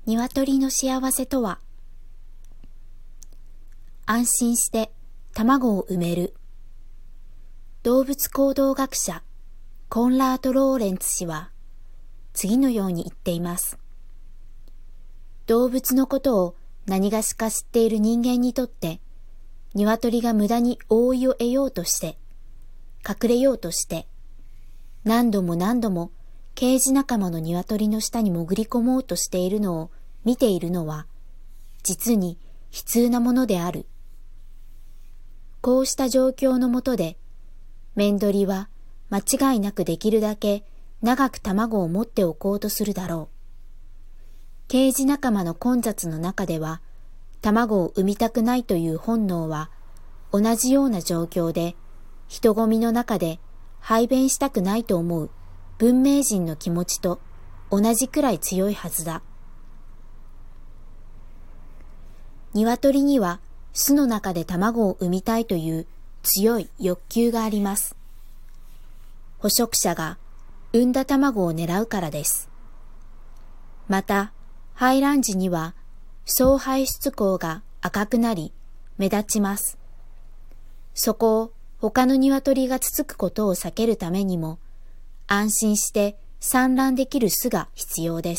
鶏の幸せとは、安心して卵を産める。動物行動学者コンラード・ローレンツ氏は次のように言っています。動物のことを何がしか知っている人間にとって、鶏が無駄に覆いを得ようとして、隠れようとして、何度も何度もケージ仲間の鶏の下に潜り込もうとしているのを見ているのは、実に悲痛なものである。こうした状況の下で、メンドリは間違いなくできるだけ長く卵を持っておこうとするだろう。ケージ仲間の混雑の中では、卵を産みたくないという本能は、同じような状況で、人混みの中で排便したくないと思う文明人の気持ちと同じくらい強いはずだ。鶏には巣の中で卵を産みたいという強い欲求があります。捕食者が産んだ卵を狙うからです。また、排卵時には総排出口が赤くなり目立ちます。そこを他の鶏がつつくことを避けるためにも、安心して産卵できる巣が必要です。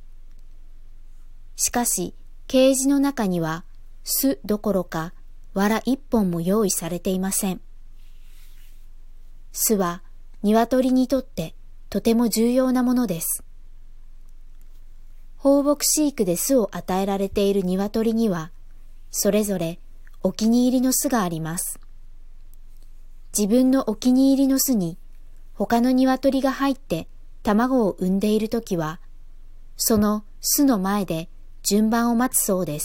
しかし、ケージの中には巣どころか藁一本も用意されていません。巣は鶏にとってとても重要なものです。放牧飼育で巣を与えられている鶏には、それぞれお気に入りの巣があります。自分のお気に入りの巣に他の鶏が入って卵を産んでいるときは、その巣の前で順番を待つそうです。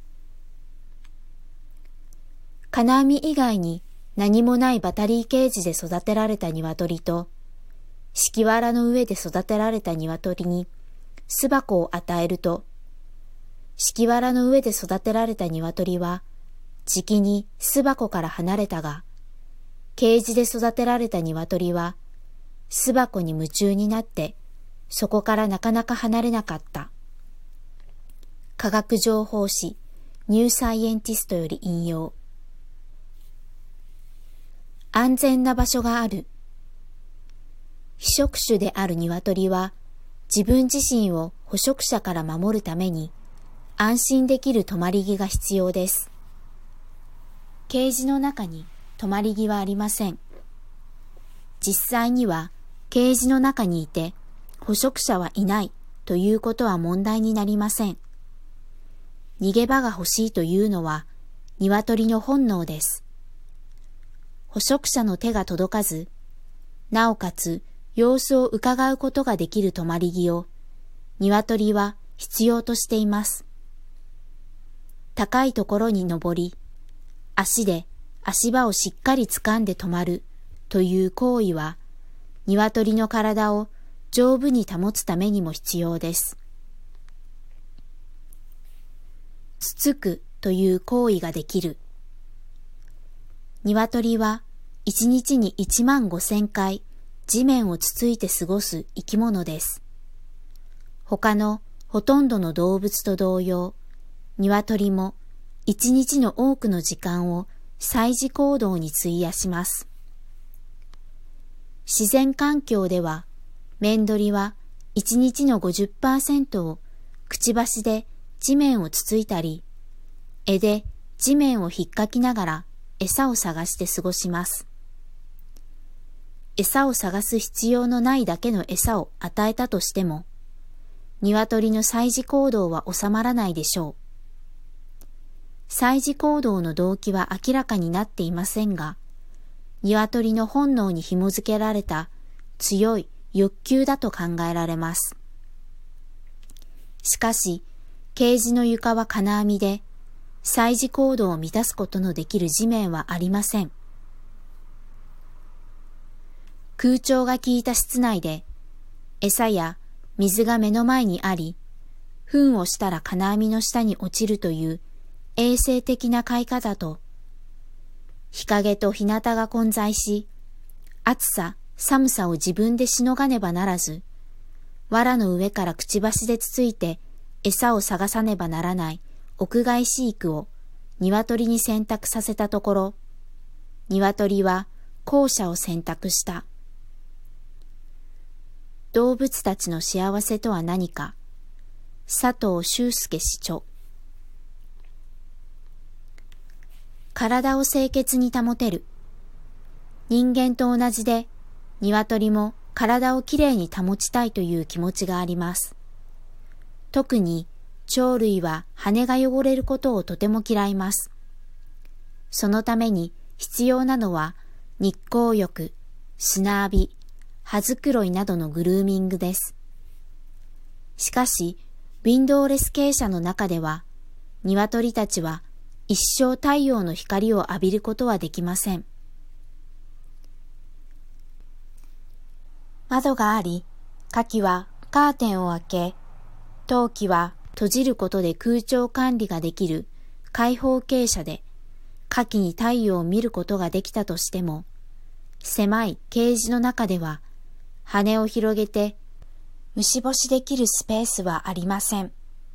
金網以外に何もないバタリーケージで育てられた鶏と、敷き藁の上で育てられた鶏に巣箱を与えると、敷き藁の上で育てられた鶏は、じきに巣箱から離れたが、ケージで育てられた鶏は、巣箱に夢中になって、そこからなかなか離れなかった。科学情報誌、ニューサイエンティストより引用。安全な場所がある。被食種である鶏は、自分自身を捕食者から守るために、安心できる止まり木が必要です。ケージの中に止まり木はありません。実際には、ケージの中にいて、捕食者はいないということは問題になりません。逃げ場が欲しいというのは、鶏の本能です。捕食者の手が届かず、なおかつ様子を伺うことができる止まり木を、鶏は必要としています。高いところに登り、足で足場をしっかり掴んで止まるという行為は、鶏の体を丈夫に保つためにも必要です。つつくという行為ができる。鶏は1日に15000回地面をつついて過ごす生き物です。他のほとんどの動物と同様、鶏も1日の多くの時間を採事行動に費やします。自然環境では、メンドリは1日の 50% をくちばしで地面をつついたり、柄で地面を引っかきながら餌を探して過ごします。餌を探す必要のないだけの餌を与えたとしても、鶏の採事行動は収まらないでしょう。採事行動の動機は明らかになっていませんが、鶏の本能に紐づけられた強い欲求だと考えられます。しかし、ケージの床は金網で、採事行動を満たすことのできる地面はありません。空調が効いた室内で、餌や水が目の前にあり、糞をしたら金網の下に落ちるという衛生的な飼い方と、日陰と日向が混在し、暑さ、寒さを自分でしのがねばならず、藁の上からくちばしでつついて餌を探さねばならない屋外飼育を鶏に選択させたところ、鶏は後者を選択した。動物たちの幸せとは何か、佐藤修介司著。体を清潔に保てる。人間と同じで、鶏も体をきれいに保ちたいという気持ちがあります。特に鳥類は羽が汚れることをとても嫌います。そのために必要なのは日光浴、砂浴び、葉づくろいなどのグルーミングです。しかし、ウィンドウレス鶏舎の中では、鶏たちは一生太陽の光を浴びることはできません。窓があり、夏季はカーテンを開け、冬季は閉じることで空調管理ができる開放鶏舎で、夏季に太陽を見ることができたとしても、狭いケージの中では羽を広げて虫干しできるスペースはありません。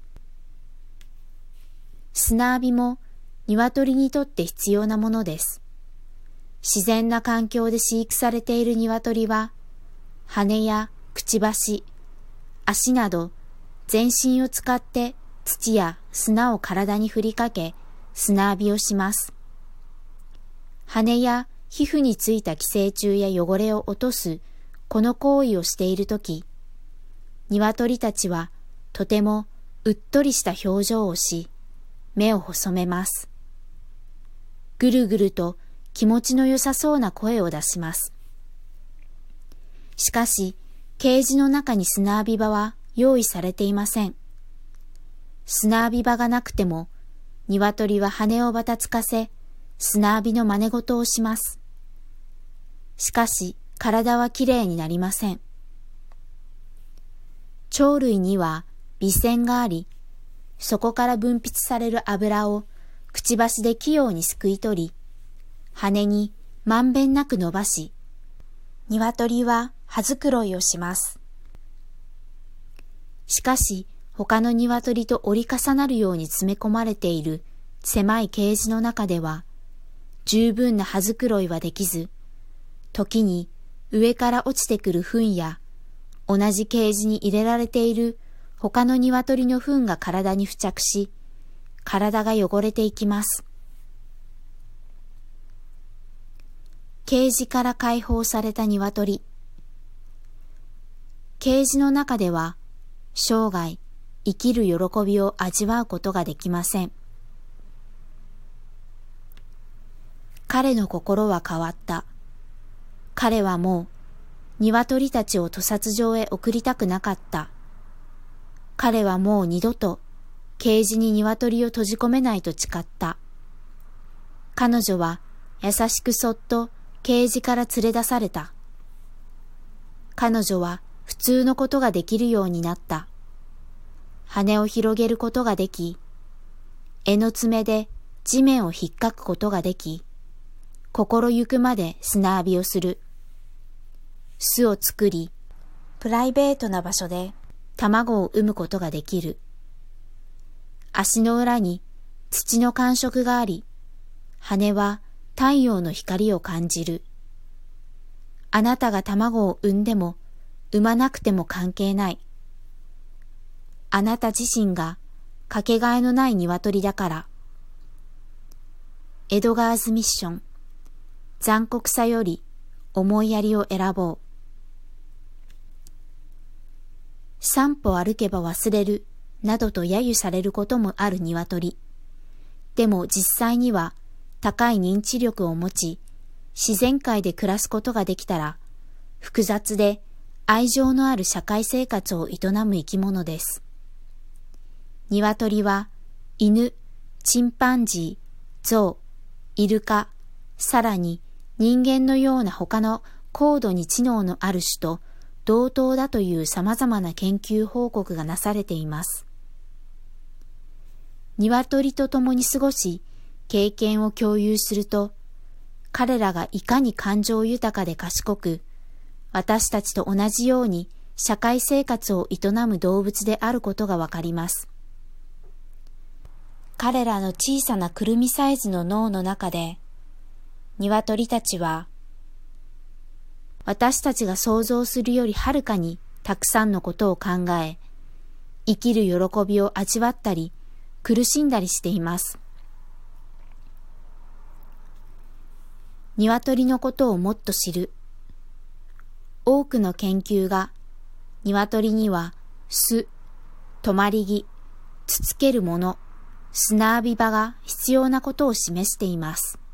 砂浴びも鶏にとって必要なものです。自然な環境で飼育されている鶏は、羽やくちばし、足など全身を使って土や砂を体に振りかけ砂浴びをします。羽や皮膚についた寄生虫や汚れを落とすこの行為をしているとき、鶏たちはとてもうっとりした表情をし、目を細めます。ぐるぐると気持ちの良さそうな声を出します。しかし、ケージの中に砂浴び場は用意されていません。砂浴び場がなくても、鶏は羽をばたつかせ、砂浴びの真似事をします。しかし、体はきれいになりません。鳥類には鼻腺があり、そこから分泌される油をくちばしで器用にすくい取り、羽にまんべんなく伸ばし、鶏は葉づくろいをします。しかし、他の鶏と折り重なるように詰め込まれている狭いケージの中では、十分な葉づくろいはできず、時に上から落ちてくる糞や、同じケージに入れられている他の鶏の糞が体に付着し、体が汚れていきます。ケージから解放された鶏。ケージの中では、生涯生きる喜びを味わうことができません。彼の心は変わった。彼はもう、鶏たちを屠殺場へ送りたくなかった。彼はもう二度と、ケージに鶏を閉じ込めないと誓った。彼女は優しくそっとケージから連れ出された。彼女は普通のことができるようになった。羽を広げることができ、柄の爪で地面をひっかくことができ、心ゆくまで砂浴びをする。巣を作り、プライベートな場所で卵を産むことができる。足の裏に土の感触があり、羽は太陽の光を感じる。あなたが卵を産んでも産まなくても関係ない。あなた自身がかけがえのない鶏だから。エドガーズミッション。残酷さより思いやりを選ぼう。3歩歩けば忘れるなどと揶揄されることもある鶏。でも実際には高い認知力を持ち、自然界で暮らすことができたら、複雑で愛情のある社会生活を営む生き物です。鶏は犬、チンパンジー、ゾウ、イルカ、さらに人間のような他の高度に知能のある種と同等だという様々な研究報告がなされています。鶏と共に過ごし、経験を共有すると、彼らがいかに感情豊かで賢く、私たちと同じように社会生活を営む動物であることがわかります。 彼らの小さなくるみサイズの脳の中で、鶏たちは、私たちが想像するよりはるかにたくさんのことを考え、生きる喜びを味わったり、苦しんだりしています。鶏のことをもっと知る。多くの研究が、鶏には巣、止まり木、つつけるもの、砂浴び場が必要なことを示しています。